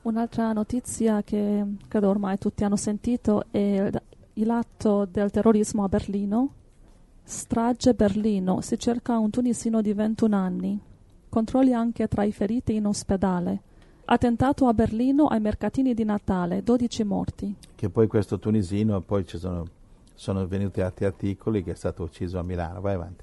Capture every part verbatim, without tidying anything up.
Un'altra notizia che credo ormai tutti hanno sentito è l'atto del terrorismo a Berlino. Strage Berlino, si cerca un tunisino di ventuno anni. Controlli anche tra i feriti in ospedale. Attentato a Berlino ai mercatini di Natale, dodici morti. Che poi questo tunisino, poi ci sono, sono venuti altri articoli che è stato ucciso a Milano. Vai avanti.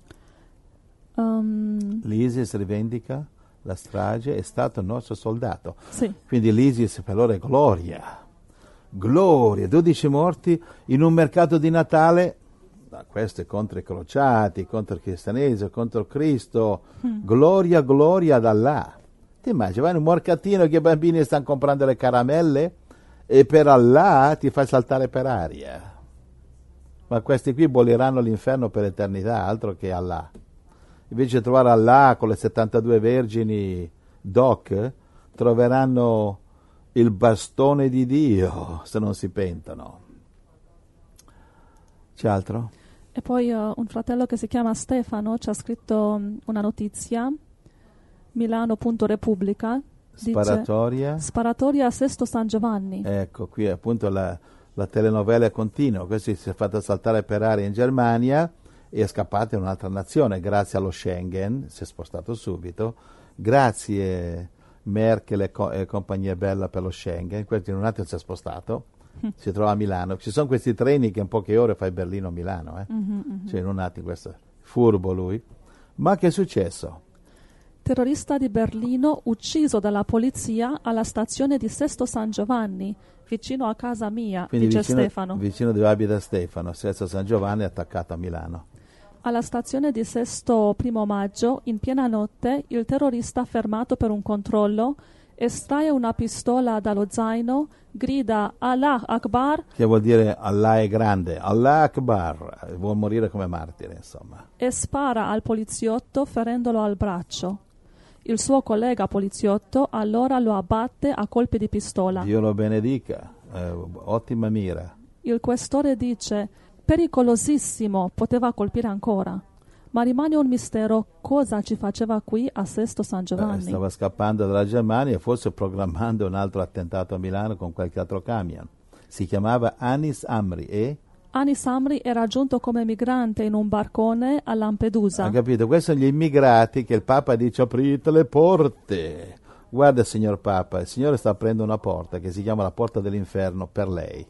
Um, L'ISIS rivendica la strage, è stato il nostro soldato. Sì. Quindi l'ISIS per loro è gloria. Gloria, dodici morti in un mercato di Natale. Questo è contro i crociati, contro il cristianesimo, contro il Cristo. Mm. Gloria, gloria ad Allah. Ti immagini, vai in un mercatino che i bambini stanno comprando le caramelle e per Allah ti fai saltare per aria. Ma questi qui bolliranno l'inferno per l'eternità, altro che Allah. Invece di trovare Allah con le settantadue vergini doc, troveranno il bastone di Dio se non si pentano. C'è altro? E poi uh, un fratello che si chiama Stefano ci ha scritto um, una notizia, Milano.Repubblica, Sparatoria. Dice, sparatoria a Sesto San Giovanni. Ecco, qui appunto la, la telenovela è continua. Questo si è fatto saltare per aria in Germania e è scappato in un'altra nazione grazie allo Schengen, si è spostato subito, grazie Merkel e, co- e compagnia bella per lo Schengen, questo in un attimo si è spostato, mm. si trova a Milano. Ci sono questi treni che in poche ore fai Berlino-Milano, eh? mm-hmm, mm-hmm. Cioè in un attimo, questo è furbo lui. Ma che è successo? Terrorista di Berlino ucciso dalla polizia alla stazione di Sesto San Giovanni, vicino a casa mia, quindi dice vicino, Stefano. Vicino dove abita Stefano, Sesto San Giovanni è attaccato a Milano. Alla stazione di Sesto Primo Maggio, in piena notte, il terrorista fermato per un controllo estrae una pistola dallo zaino, grida Allah Akbar, che vuol dire Allah è grande, Allah Akbar, vuol morire come martire, insomma, e spara al poliziotto ferendolo al braccio. Il suo collega poliziotto allora lo abbatte a colpi di pistola. Dio lo benedica, eh, ottima mira. Il questore dice: pericolosissimo, poteva colpire ancora. Ma rimane un mistero cosa ci faceva qui a Sesto San Giovanni. Eh, stava scappando dalla Germania e forse programmando un altro attentato a Milano con qualche altro camion. Si chiamava Anis Amri e? Anis Amri era giunto come migrante in un barcone a Lampedusa. Ha capito? Questi sono gli immigrati che il Papa dice aprite le porte. Guarda, signor Papa, il Signore sta aprendo una porta che si chiama la porta dell'inferno per lei.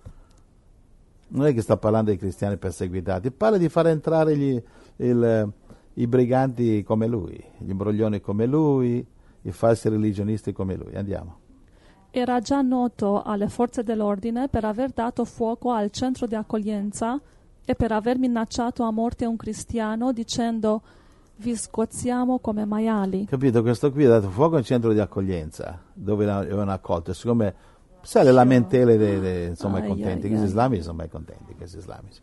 Non è che sta parlando dei cristiani perseguitati, parla di far entrare gli, il, i briganti come lui, gli imbroglioni come lui, i falsi religionisti come lui. Andiamo. Era già noto alle forze dell'ordine per aver dato fuoco al centro di accoglienza e per aver minacciato a morte un cristiano dicendo vi scozziamo come maiali. Capito? Questo qui ha dato fuoco al centro di accoglienza dove l'avevano accolto, siccome sai le lamentele dei, dei, insomma, ai, contenti, ai, gli ai. islamici sono mai contenti, questi islamici.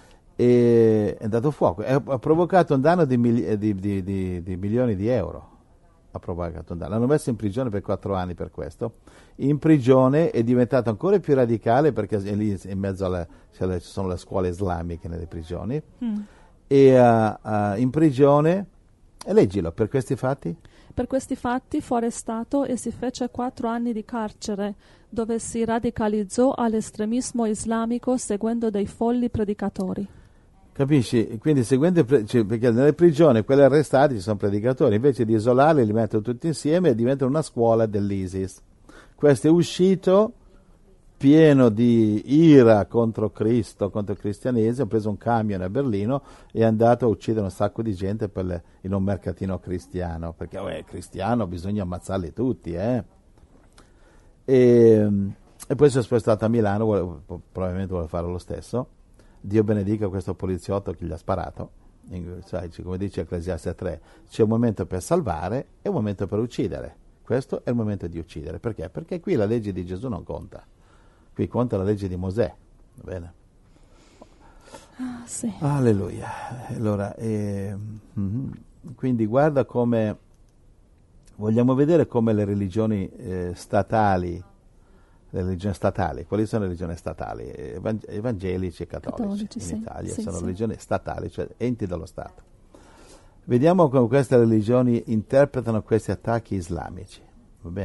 E è dato fuoco, e ha provocato un danno di, mili- di, di, di, di milioni di euro. Ha provocato un danno. L'hanno messo in prigione per quattro anni per questo. In prigione è diventato ancora più radicale perché è lì in mezzo alle, cioè le, ci sono le scuole islamiche nelle prigioni. Mm. E uh, uh, in prigione, e leggilo, per questi fatti? Per questi fatti fu arrestato e si fece quattro anni di carcere, dove si radicalizzò all'estremismo islamico seguendo dei folli predicatori. Capisci? Quindi seguendo, cioè, perché nelle prigioni quelli arrestati ci sono predicatori, invece di isolarli li mettono tutti insieme e diventano una scuola dell'ISIS. Questo è uscito pieno di ira contro Cristo, contro il cristianesimo, ha preso un camion a Berlino e è andato a uccidere un sacco di gente per le, in un mercatino cristiano, perché oh, è cristiano, bisogna ammazzarli tutti, eh? E, e poi si è spostato a Milano, vuole, probabilmente vuole fare lo stesso. Dio benedica questo poliziotto che gli ha sparato, in, sai, come dice Ecclesiaste tre, c'è un momento per salvare e un momento per uccidere. Questo è il momento di uccidere. Perché? Perché qui la legge di Gesù non conta. Qui conta la legge di Mosè, va bene? Ah, sì. Alleluia. Allora, eh, mm-hmm. quindi guarda come vogliamo vedere come le religioni eh, statali, le religioni statali, quali sono le religioni statali? Evang- evangelici e cattolici, cattolici in sì. Italia sì, sono sì. religioni statali, cioè enti dello Stato. Vediamo come queste religioni interpretano questi attacchi islamici, va bene?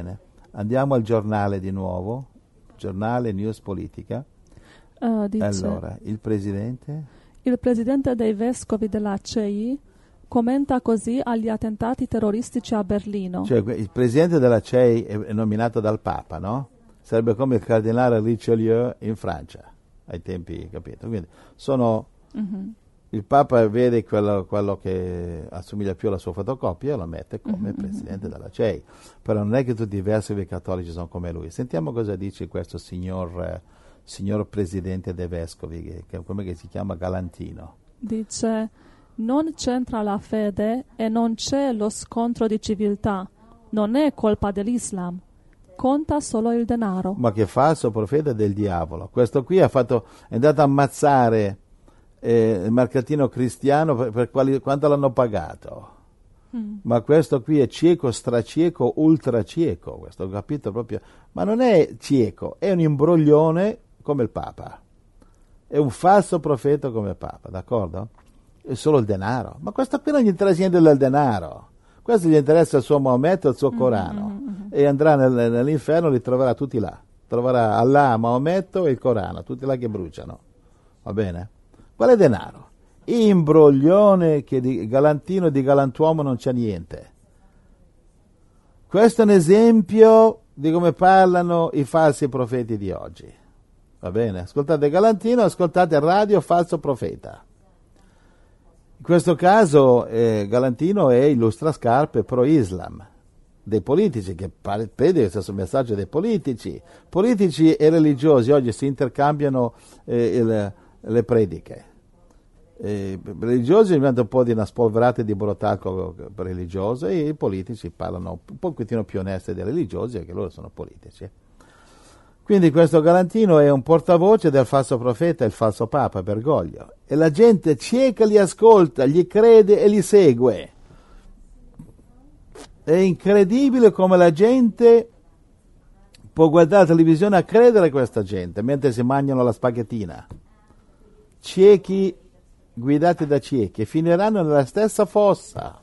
Andiamo al giornale di nuovo, giornale News Politica. Uh, dice, allora, il presidente? Il presidente dei vescovi della C I commenta così agli attentati terroristici a Berlino. Cioè, il presidente della C I è, è nominato dal Papa, no? Sarebbe come il cardinale Richelieu in Francia, ai tempi, capito? Quindi sono... Mm-hmm. Il Papa vede quello, quello che assomiglia più alla sua fotocopia e lo mette come mm-hmm. presidente della C I. Però non è che tutti i vescovi cattolici sono come lui. Sentiamo cosa dice questo signor, eh, signor presidente dei vescovi, che, che, come che si chiama Galantino. Dice, non c'entra la fede e non c'è lo scontro di civiltà. Non è colpa dell'Islam. Conta solo il denaro. Ma che falso profeta del diavolo. Questo qui ha fatto, è andato a ammazzare eh, il mercatino cristiano per, per quali, quanto l'hanno pagato. Mm. Ma questo qui è cieco, stracieco, ultracieco. Questo ho capito proprio. Ma non è cieco, è un imbroglione come il Papa. È un falso profeta come il Papa, d'accordo? È solo il denaro. Ma questo qui non gli interessa niente del denaro. Questo gli interessa il suo Maometto e il suo Corano. Mm-hmm. E andrà nel, nell'inferno e li troverà tutti là. Troverà Allah, Maometto e il Corano, tutti là che bruciano. Va bene? Qual è denaro? Imbroglione che di galantino e di galantuomo non c'è niente. Questo è un esempio di come parlano i falsi profeti di oggi. Va bene? Ascoltate Galantino, ascoltate Radio Falso Profeta. In questo caso eh, Galantino è il lustrascarpe pro-Islam, dei politici, che crede che sia il messaggio dei politici. Politici e religiosi oggi si intercambiano eh, il, le prediche. Eh, religiosi diventano un po' di una spolverata di borotacco religioso e i politici parlano un pochettino più onesti dei religiosi, perché loro sono politici. Quindi questo Galantino è un portavoce del falso profeta e il falso Papa Bergoglio. E la gente cieca li ascolta, gli crede e li segue. È incredibile come la gente può guardare la televisione a credere a questa gente mentre si mangiano la spaghettina. Ciechi guidati da ciechi, finiranno nella stessa fossa.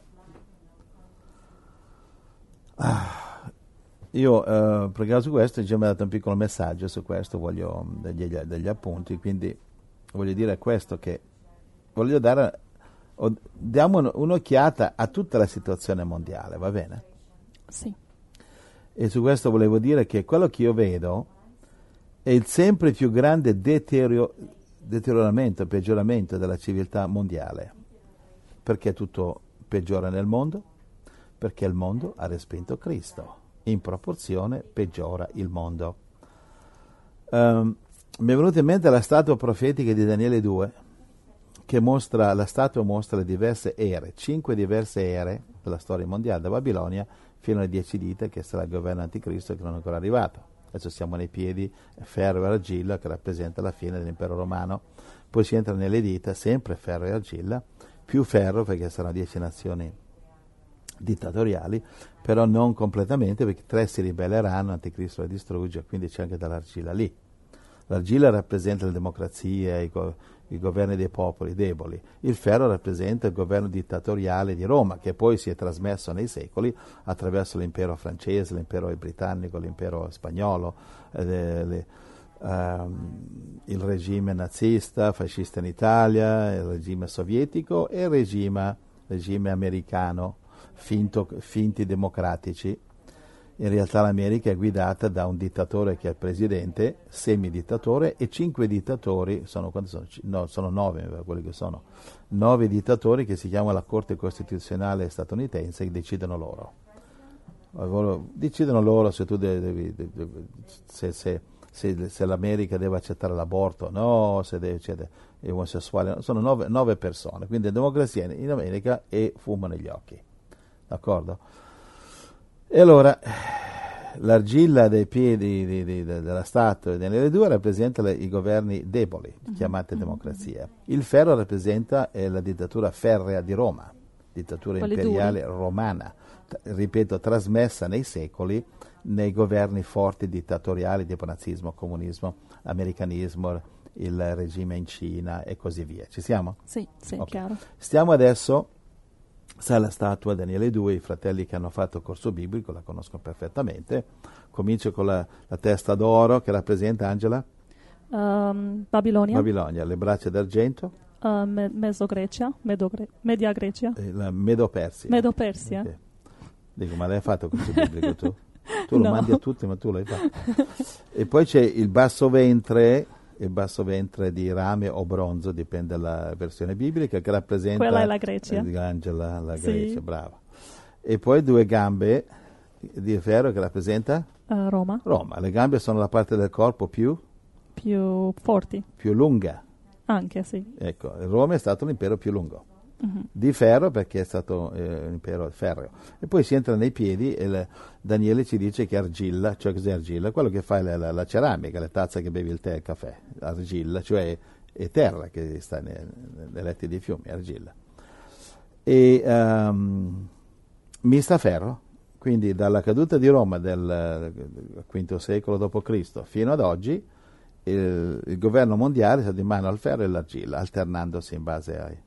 Ah, io eh, pregavo su questo, già mi ha dato un piccolo messaggio su questo, voglio degli, degli appunti, quindi voglio dire questo, che voglio dare, diamo un'occhiata a tutta la situazione mondiale, va bene? Sì. E su questo volevo dire che quello che io vedo è il sempre più grande deterioro, deterioramento, peggioramento della civiltà mondiale. Perché tutto peggiora nel mondo? Perché il mondo ha respinto Cristo. In proporzione peggiora il mondo. Um, mi è venuta in mente la statua profetica di Daniele due, che mostra, la statua mostra le diverse ere, cinque diverse ere della storia mondiale, da Babilonia fino alle dieci dita, che sarà il governo anticristo, che non è ancora arrivato. Adesso siamo nei piedi, ferro e argilla, che rappresenta la fine dell'impero romano. Poi si entra nelle dita, sempre ferro e argilla, più ferro, perché saranno dieci nazioni dittatoriali, però non completamente, perché tre si ribelleranno, anticristo le distrugge, quindi c'è anche dell'argilla lì. L'argilla rappresenta la democrazia, i, go- i governi dei popoli deboli. Il ferro rappresenta il governo dittatoriale di Roma, che poi si è trasmesso nei secoli attraverso l'impero francese, l'impero britannico, l'impero spagnolo, eh, le, um, il regime nazista, fascista in Italia, il regime sovietico e il regime, regime americano, finto, finti democratici. In realtà l'America è guidata da un dittatore che è il presidente, semidittatore, e cinque dittatori, sono, quanti sono? No, sono nove quelli che sono, nove dittatori che si chiama la Corte Costituzionale statunitense, che decidono loro. Decidono loro se, tu devi, devi, se, se, se, se l'America deve accettare l'aborto o no, se deve accettare gli omosessuali. Sono nove, nove persone, quindi è democrazia in America e fumo negli occhi. D'accordo? E allora l'argilla dei piedi di, di, di, della statua delle due rappresenta le, i governi deboli, chiamate mm-hmm. democrazia. Il ferro rappresenta eh, la dittatura ferrea di Roma, dittatura Quali imperiale due? romana, t- ripeto, trasmessa nei secoli nei governi forti dittatoriali, tipo nazismo, comunismo, americanismo, il regime in Cina e così via. Ci siamo? Sì, sì, okay. Chiaro. Stiamo adesso Sai la statua Daniele due, i fratelli che hanno fatto corso biblico la conoscono perfettamente. Comincio con la, la testa d'oro che rappresenta, Angela? Um, Babilonia. Babilonia, le braccia d'argento. Uh, me- Mesogrecia, Medogre- Media Grecia. Eh, la Medo-Persia. Medo-Persia. Okay. Dico, ma l'hai fatto corso biblico tu? Tu lo No. mandi a tutti, ma tu l'hai fatto. E poi c'è il basso ventre, il basso ventre di rame o bronzo, dipende dalla versione biblica, che rappresenta... Quella è la Grecia. Eh, Angela, la Sì. Grecia, brava. E poi due gambe di ferro che rappresenta... Uh, Roma, Roma. Le gambe sono la parte del corpo più, più forti, più lunga. anche sì. Ecco, Roma è stato l'impero più lungo. Mhm. Di ferro perché è stato eh, un impero ferreo. E poi si entra nei piedi e le, Daniele ci dice che argilla, cioè cos'è argilla? Quello che fa la, la, la ceramica, le tazze che bevi il tè e il caffè, argilla, cioè è terra che sta nei, nei letti dei fiumi, argilla. E um, mista ferro, quindi dalla caduta di Roma del quinto secolo dopo Cristo fino ad oggi il, il governo mondiale è stato in mano al ferro e all'argilla, alternandosi in base ai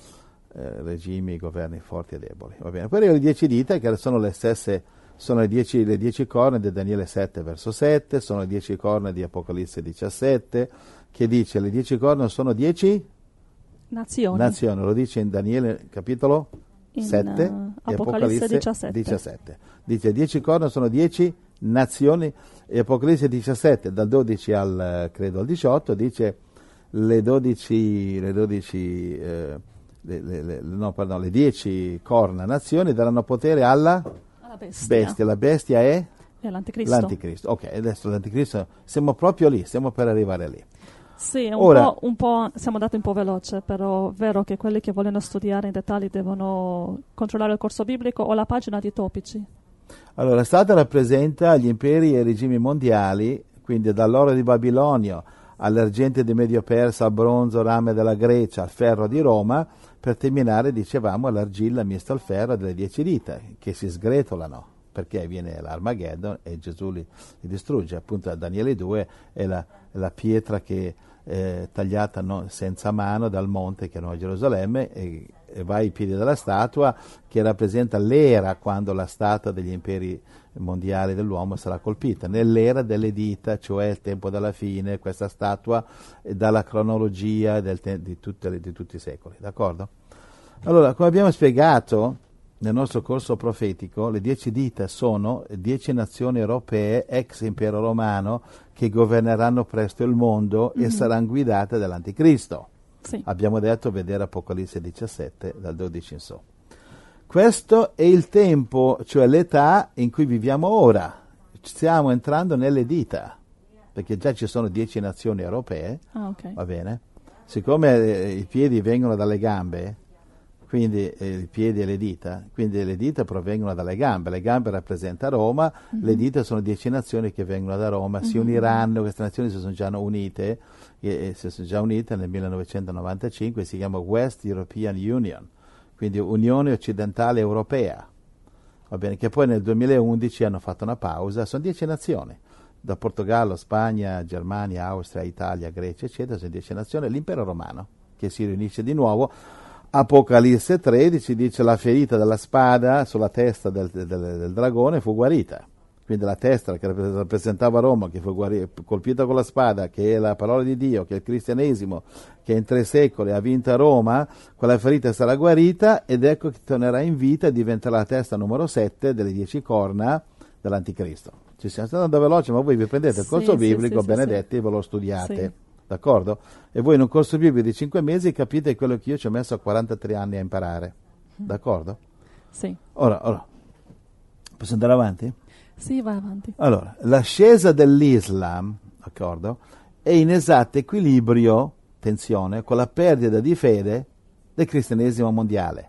Eh, regimi, governi forti e deboli. Va bene. Poi le dieci dita, che sono le stesse, sono le dieci, le dieci corna di Daniele sette verso sette, sono le dieci corna di Apocalisse diciassette, che dice le dieci corna sono dieci Nazioni. nazioni, lo dice in Daniele capitolo In, sette uh, e Apocalisse diciassette. diciassette. Dice dieci corna sono dieci nazioni e Apocalisse diciassette, dal dodici al, credo, al diciotto, dice le dodici, le dodici eh, Le, le, le, no, pardon, le dieci corna nazioni daranno potere alla Alla bestia. bestia. La bestia è È l'anticristo. l'anticristo. Ok, adesso l'anticristo, siamo proprio lì, stiamo per arrivare lì. Sì, un, Ora- po', un po', siamo andati un po' veloce, però è vero che quelli che vogliono studiare in dettagli devono controllare il corso biblico o la pagina di topici. Allora, la stata rappresenta gli imperi e i regimi mondiali, quindi dall'oro di Babilonio all'argento di Medio Persa, al bronzo, rame della Grecia, al ferro di Roma, per terminare, dicevamo, all'argilla mista al ferro delle dieci dita, che si sgretolano, perché viene l'Armageddon e Gesù li, li distrugge. Appunto a Daniele due è la, è la pietra che è tagliata no, senza mano dal monte che è Nuova Gerusalemme e, e va ai piedi della statua, che rappresenta l'era quando la statua degli imperi mondiali dell'uomo sarà colpita. Nell'era delle dita, cioè il tempo della fine, questa statua è dalla cronologia del te- di, tutte le, di tutti i secoli, d'accordo? Allora, come abbiamo spiegato nel nostro corso profetico, le dieci dita sono dieci nazioni europee, ex impero romano, che governeranno presto il mondo mm-hmm. e saranno guidate dall'anticristo. Sì. Abbiamo detto vedere Apocalisse diciassette dal dodici in su. Questo è il tempo, cioè l'età in cui viviamo ora. Stiamo entrando nelle dita, perché già ci sono dieci nazioni europee, Ah, ok. va bene? Siccome eh, i piedi vengono dalle gambe, quindi eh, i piedi e le dita, quindi le dita provengono dalle gambe, le gambe rappresentano Roma, mm-hmm. le dita sono dieci nazioni che vengono da Roma, mm-hmm. si uniranno, queste nazioni si sono già unite, e, e si sono già unite nel millenovecentonovantacinque, si chiama West European Union, quindi Unione Occidentale Europea, va bene, che poi nel duemilaundici hanno fatto una pausa, sono dieci nazioni, da Portogallo, Spagna, Germania, Austria, Italia, Grecia, eccetera, sono dieci nazioni, l'impero romano che si riunisce di nuovo. Apocalisse tredici dice la ferita della spada sulla testa del, del, del dragone fu guarita, quindi la testa che rappresentava Roma, che fu guarita, colpita con la spada, che è la parola di Dio, che è il cristianesimo, che in tre secoli ha vinto a Roma, quella ferita sarà guarita ed ecco che tornerà in vita e diventerà la testa numero sette delle dieci corna dell'anticristo. Ci stiamo andando veloce, ma voi vi prendete il corso sì, biblico, sì, benedetti, sì. e ve lo studiate. Sì. D'accordo? E voi in un corso biblico di cinque mesi capite quello che io ci ho messo quarantatré anni a imparare. D'accordo? Sì. Ora, ora, posso andare avanti? Sì, vai avanti. Allora, l'ascesa dell'Islam, d'accordo, è in esatto equilibrio, attenzione, con la perdita di fede del cristianesimo mondiale.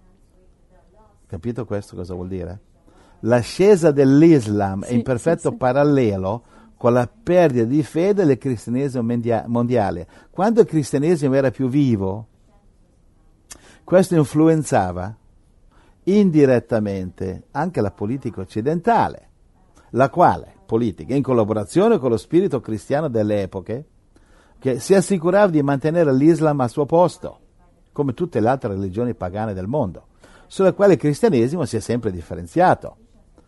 Capito questo cosa vuol dire? L'ascesa dell'Islam sì, è in perfetto sì, sì. parallelo con la perdita di fede del cristianesimo mondiale. Quando il cristianesimo era più vivo, questo influenzava indirettamente anche la politica occidentale, la quale politica, in collaborazione con lo spirito cristiano delle epoche, che si assicurava di mantenere l'Islam al suo posto, come tutte le altre religioni pagane del mondo. sulle quali il cristianesimo si è sempre differenziato,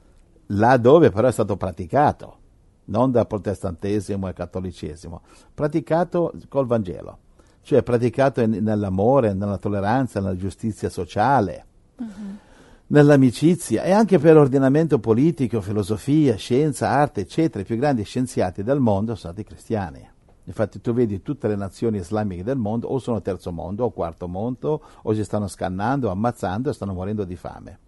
là dove però è stato praticato, non dal protestantesimo e cattolicesimo, praticato col Vangelo, cioè praticato in, nell'amore, nella tolleranza, nella giustizia sociale, uh-huh. nell'amicizia e anche per ordinamento politico, filosofia, scienza, arte, eccetera. I più grandi scienziati del mondo sono stati cristiani. Infatti tu vedi tutte le nazioni islamiche del mondo o sono terzo mondo o quarto mondo o si stanno scannando, ammazzando e stanno morendo di fame.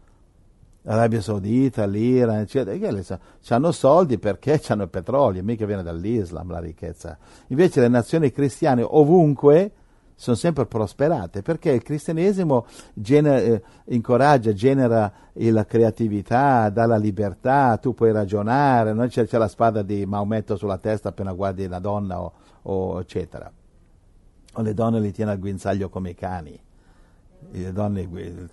L'Arabia Saudita, l'Iran, eccetera, hanno soldi perché hanno il petrolio, mica viene dall'Islam la ricchezza. Invece le nazioni cristiane ovunque sono sempre prosperate perché il cristianesimo genera, eh, incoraggia, genera la creatività, dà la libertà, tu puoi ragionare, non c'è, c'è la spada di Maometto sulla testa appena guardi una donna o, o eccetera. O le donne li tiene al guinzaglio come i cani. Le donne,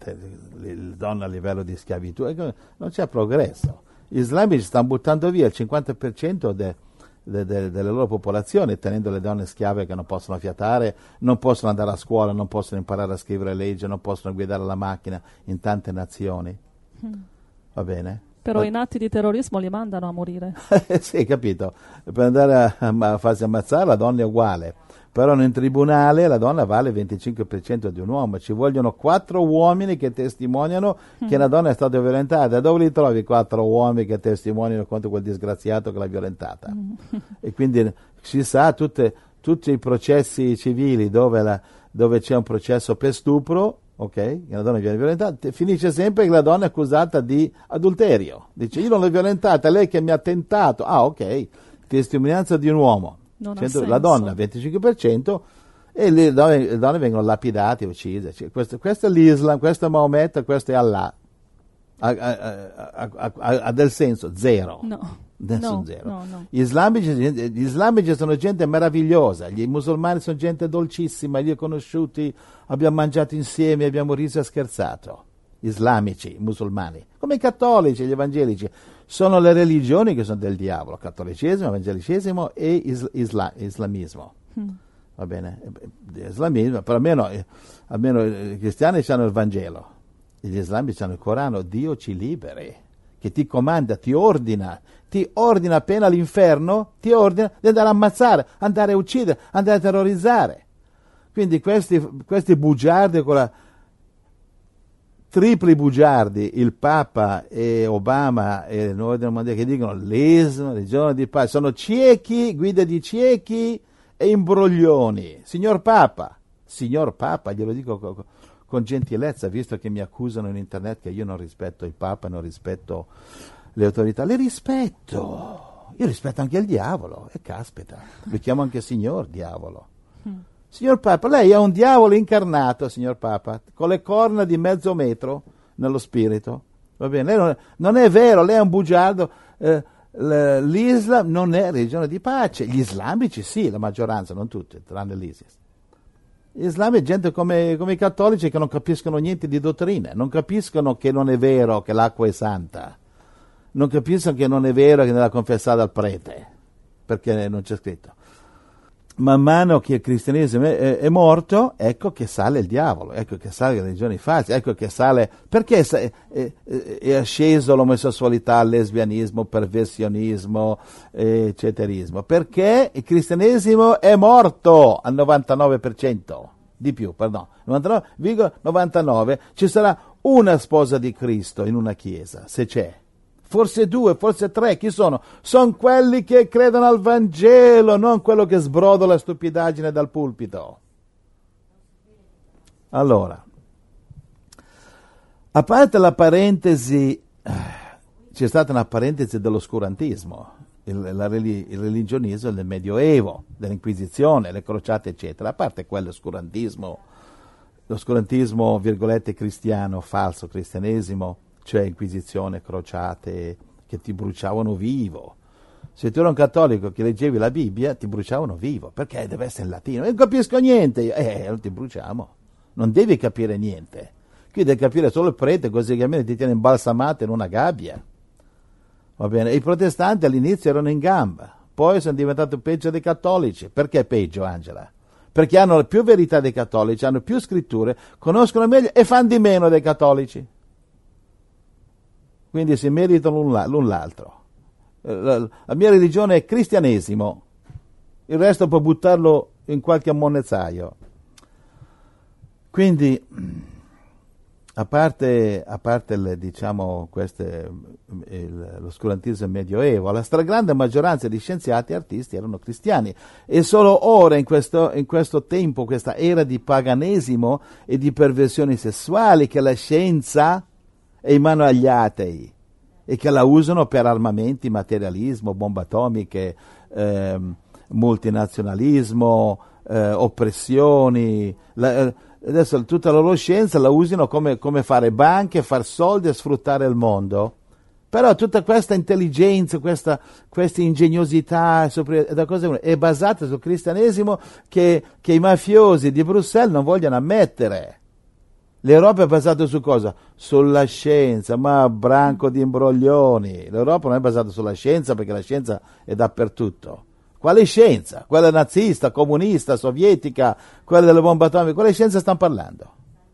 le donne a livello di schiavitù, non c'è progresso. Gli islamici stanno buttando via il cinquanta per cento de, de, de, delle loro popolazioni, tenendo le donne schiave che non possono fiatare, non possono andare a scuola, non possono imparare a scrivere legge, non possono guidare la macchina in tante nazioni. Mm. Va bene? Però in atti di terrorismo li mandano a morire. Sì, capito. Per andare a, a farsi ammazzare la donna è uguale. Però in tribunale la donna vale il venticinque per cento di un uomo. Ci vogliono quattro uomini che testimoniano mm. che una donna è stata violentata. Dove li trovi quattro uomini che testimoniano contro quel disgraziato che l'ha violentata? Mm. E quindi si sa, tutte, tutti i processi civili dove, la, dove c'è un processo per stupro, ok, che una donna viene violentata, finisce sempre che la donna è accusata di adulterio. Dice, io non l'ho violentata, è lei che mi ha tentato. Ah, ok, testimonianza di un uomo. cento, la donna venticinque per cento e le donne, le donne vengono lapidate, uccise. Cioè, questo, questo è l'Islam, questo è Maometto, questo è Allah. Ha, ha, ha, ha del senso zero. No. Nessun no, zero. No, no. Gli, islamici, gli islamici sono gente meravigliosa, gli musulmani sono gente dolcissima, li ho conosciuti, abbiamo mangiato insieme, abbiamo riso e scherzato. Islamici, musulmani, come i cattolici, gli evangelici. Sono le religioni che sono del diavolo, cattolicesimo, evangelicesimo e isla, isla, islamismo. Mm. Va bene? Islamismo, però almeno, almeno i cristiani hanno il Vangelo, gli islamici hanno il Corano, Dio ci liberi, che ti comanda, ti ordina, ti ordina appena all'inferno, ti ordina di andare a ammazzare, andare a uccidere, andare a terrorizzare. Quindi questi, questi bugiardi con la tripli bugiardi, il Papa e Obama e il Nuovo Mondiale che dicono l'Islam, religione di pace, sono ciechi, guide di ciechi e imbroglioni. Signor Papa, signor Papa, glielo dico con, con gentilezza, visto che mi accusano in internet che io non rispetto il Papa, non rispetto le autorità, le rispetto. Io rispetto anche il diavolo, e caspita, lo chiamo anche signor diavolo. Mm. Signor Papa, lei è un diavolo incarnato, signor Papa, con le corna di mezzo metro nello spirito. Va bene? Lei non, non è vero, lei è un bugiardo. Eh, L'Islam non è religione di pace. Gli islamici sì, la maggioranza, non tutti, tranne l'ISIS. Gli islamici è gente come, come i cattolici che non capiscono niente di dottrine, non capiscono che non è vero che l'acqua è santa, non capiscono che non è vero che deve confessare al prete, perché non c'è scritto. Man mano che il cristianesimo è, è morto, ecco che sale il diavolo, ecco che sale le religioni false, ecco che sale, perché è, è, è sceso l'omosessualità, il lesbianismo, il perversionismo, ecceterismo? Perché il cristianesimo è morto al novantanove per cento, di più, perdono, novantanove virgola novantanove, ci sarà una sposa di Cristo in una chiesa, se c'è. Forse due, forse tre, chi sono? Sono quelli che credono al Vangelo, non quello che sbrodola stupidaggine dal pulpito. Allora, a parte la parentesi, c'è stata una parentesi dell'oscurantismo, il, la, il religionismo del Medioevo, dell'Inquisizione, le crociate, eccetera. A parte quell'oscurantismo, l'oscurantismo, virgolette, cristiano, falso cristianesimo, cioè inquisizione, crociate, che ti bruciavano vivo. Se tu eri un cattolico che leggevi la Bibbia, ti bruciavano vivo, perché deve essere in latino. Non capisco niente, eh, non ti bruciamo. Non devi capire niente. Qui devi capire solo il prete, così che almeno ti tiene imbalsamato in una gabbia. Va bene? I protestanti all'inizio erano in gamba, poi sono diventati peggio dei cattolici. Perché peggio, Angela? perché hanno più verità dei cattolici, hanno più scritture, conoscono meglio e fanno di meno dei cattolici. Quindi si meritano l'un, l'un l'altro. La, la mia religione è cristianesimo, il resto può buttarlo in qualche ammonezzaio. Quindi, a parte, a parte le, diciamo, queste, il, l'oscurantismo medioevo, la stragrande maggioranza di scienziati e artisti erano cristiani. E solo ora, in questo, in questo tempo, questa era di paganesimo e di perversioni sessuali, che la scienza è in mano agli atei e che la usano per armamenti, materialismo, bombe atomiche, eh, multinazionalismo, eh, oppressioni. La, adesso tutta la loro scienza la usano come, come fare banche, far soldi e sfruttare il mondo. Però tutta questa intelligenza, questa, questa ingegnosità da cosa è basata sul cristianesimo che, che i mafiosi di Bruxelles non vogliono ammettere. L'Europa è basata su cosa? Sulla scienza, ma branco di imbroglioni. L'Europa non è basata sulla scienza perché la scienza è dappertutto. Quale scienza? Quella nazista, comunista, sovietica, quella delle bombe atomiche, quale scienza stanno parlando?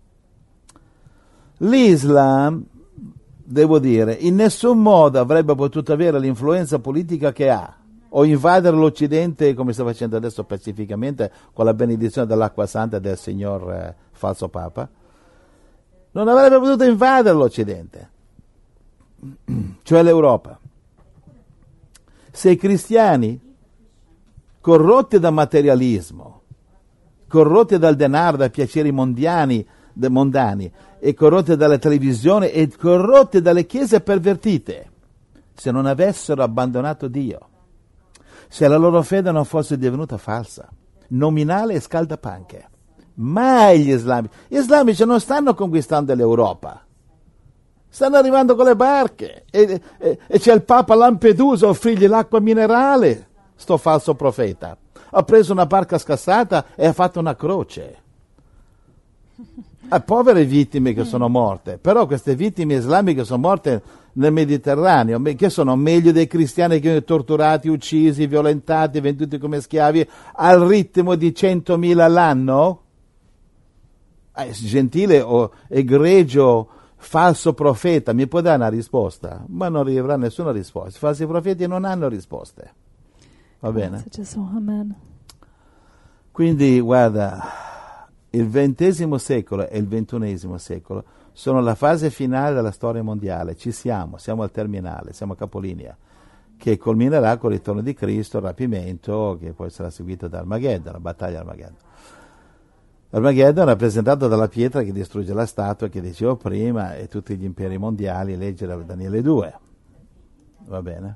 L'Islam, devo dire, in nessun modo avrebbe potuto avere l'influenza politica che ha, o invadere l'Occidente come sta facendo adesso pacificamente con la benedizione dell'acqua santa del signor eh, falso Papa. Non avrebbe potuto invadere l'Occidente, cioè l'Europa. Se i cristiani, corrotti da materialismo, corrotti dal denaro, dai piaceri mondiani, mondani, e corrotti dalla televisione e corrotti dalle chiese pervertite, se non avessero abbandonato Dio, se la loro fede non fosse divenuta falsa, nominale e scaldapanche, mai gli islamici. Gli islamici non stanno conquistando l'Europa, stanno arrivando con le barche e, e, e c'è il Papa a Lampedusa a offrirgli l'acqua minerale, sto falso profeta. Ha preso una barca scassata e ha fatto una croce. A povere vittime che sono morte, però queste vittime islamiche sono morte nel Mediterraneo, che sono meglio dei cristiani che sono torturati, uccisi, violentati, venduti come schiavi al ritmo di centomila all'anno? Eh, gentile o egregio falso profeta, mi può dare una risposta? Ma non arriverà nessuna risposta. I falsi profeti non hanno risposte. Va bene? Gesù, amen. Quindi, guarda, il ventesimo secolo e il ventunesimo secolo sono la fase finale della storia mondiale. Ci siamo, siamo al terminale, siamo a capolinea, che culminerà con il ritorno di Cristo, il rapimento, che poi sarà seguito da Armageddon, la battaglia Armageddon. Armageddon è rappresentato dalla pietra che distrugge la statua che dicevo prima e tutti gli imperi mondiali, leggere Daniele due. Va bene?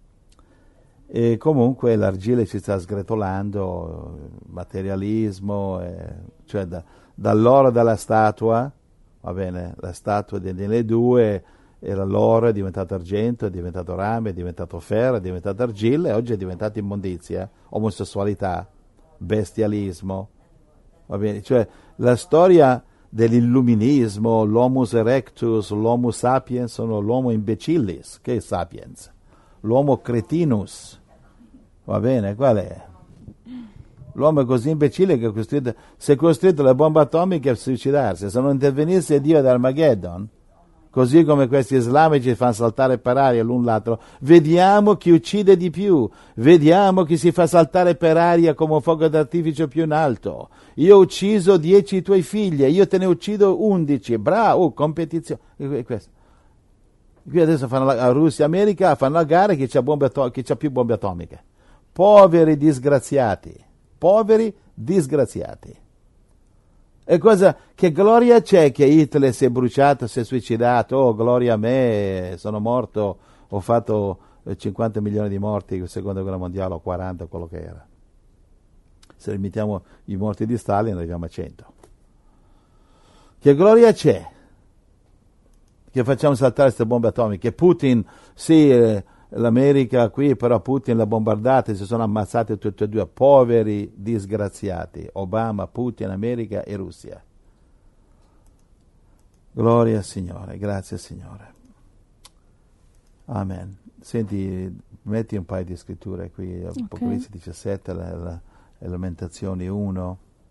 E comunque l'argile ci sta sgretolando, materialismo, eh, cioè da, dall'oro della statua, va bene, la statua di Daniele due era l'oro, è diventato argento, è diventato rame, è diventato ferro, è diventato argilla e oggi è diventato immondizia, omosessualità, bestialismo, va bene, cioè la storia dell'illuminismo, l'homus erectus, l'homo sapiens sono l'homo imbecillis, che è sapiens? L'uomo cretinus, va bene, qual è? L'uomo è così imbecille che ha costruito, si è costruito le bombe atomiche per suicidarsi. Se non intervenisse Dio ad Armageddon, così come questi islamici fanno saltare per aria l'un l'altro, vediamo chi uccide di più, vediamo chi si fa saltare per aria come un fuoco d'artificio più in alto. Io ho ucciso dieci tuoi figli, io te ne uccido undici, bravo, oh, competizione. E questo. Qui adesso fanno la, a Russia e America fanno la gara chi c'ha, bombe ato- chi c'ha più bombe atomiche. Poveri disgraziati, poveri disgraziati. E cosa, che gloria c'è che Hitler si è bruciato, si è suicidato, oh gloria a me, sono morto, ho fatto cinquanta milioni di morti in seconda guerra mondiale o quaranta, quello che era. Se limitiamo i morti di Stalin arriviamo a cento. Che gloria c'è che facciamo saltare queste bombe atomiche? Putin, sì, eh, l'America qui, però Putin l'ha bombardata, si sono ammazzati tutti e due, poveri disgraziati, Obama, Putin, America e Russia. Gloria al Signore, grazie Signore. Amen. Senti, metti un paio di scritture qui, Apocalisse okay. diciassette, la, la, le Lamentazioni uno.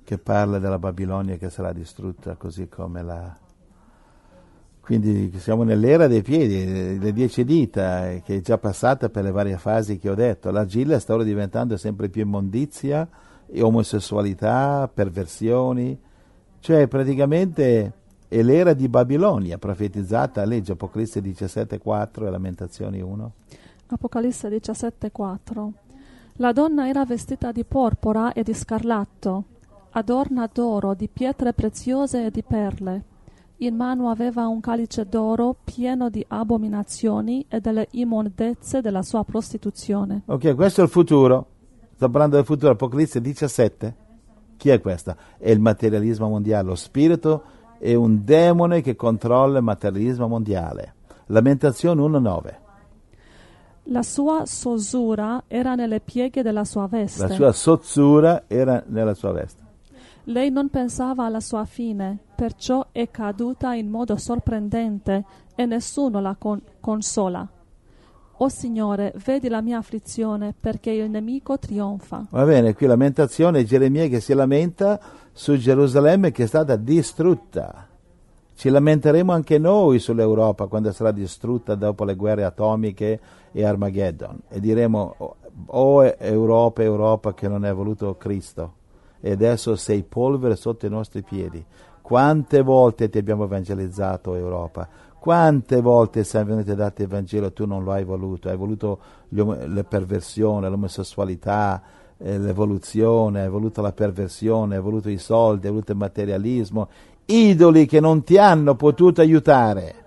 che parla della Babilonia che sarà distrutta così come la... Quindi siamo nell'era dei piedi, le dieci dita, che è già passata per le varie fasi che ho detto. L'argilla sta ora diventando sempre più immondizia, e omosessualità, perversioni, cioè praticamente è l'era di Babilonia profetizzata, legge Apocalisse diciassette quattro e Lamentazioni uno. Apocalisse diciassette quattro. La donna era vestita di porpora e di scarlatto, adorna d'oro, di pietre preziose e di perle. In mano aveva un calice d'oro pieno di abominazioni e delle immondezze della sua prostituzione. Ok, questo è il futuro. Sto parlando del futuro, Apocalisse diciassette. Chi è questa? È il materialismo mondiale. Lo spirito è un demone che controlla il materialismo mondiale. Lamentazione uno nove. La sua sosura era nelle pieghe della sua veste. La sua sozzura era nella sua veste. Lei non pensava alla sua fine, perciò è caduta in modo sorprendente e nessuno la con- consola. O Signore, vedi la mia afflizione, perché il nemico trionfa. Va bene, qui Lamentazione, Geremia che si lamenta su Gerusalemme che è stata distrutta. Ci lamenteremo anche noi sull'Europa quando sarà distrutta dopo le guerre atomiche e Armageddon. E diremo, oh Europa, Europa che non hai voluto Cristo. E adesso sei polvere sotto i nostri piedi. Quante volte ti abbiamo evangelizzato, Europa? Quante volte sei venuto a darti il Vangelo e tu non lo hai voluto? Hai voluto le perversioni, l'omosessualità, eh, l'evoluzione, hai voluto la perversione, hai voluto i soldi, hai voluto il materialismo, idoli che non ti hanno potuto aiutare.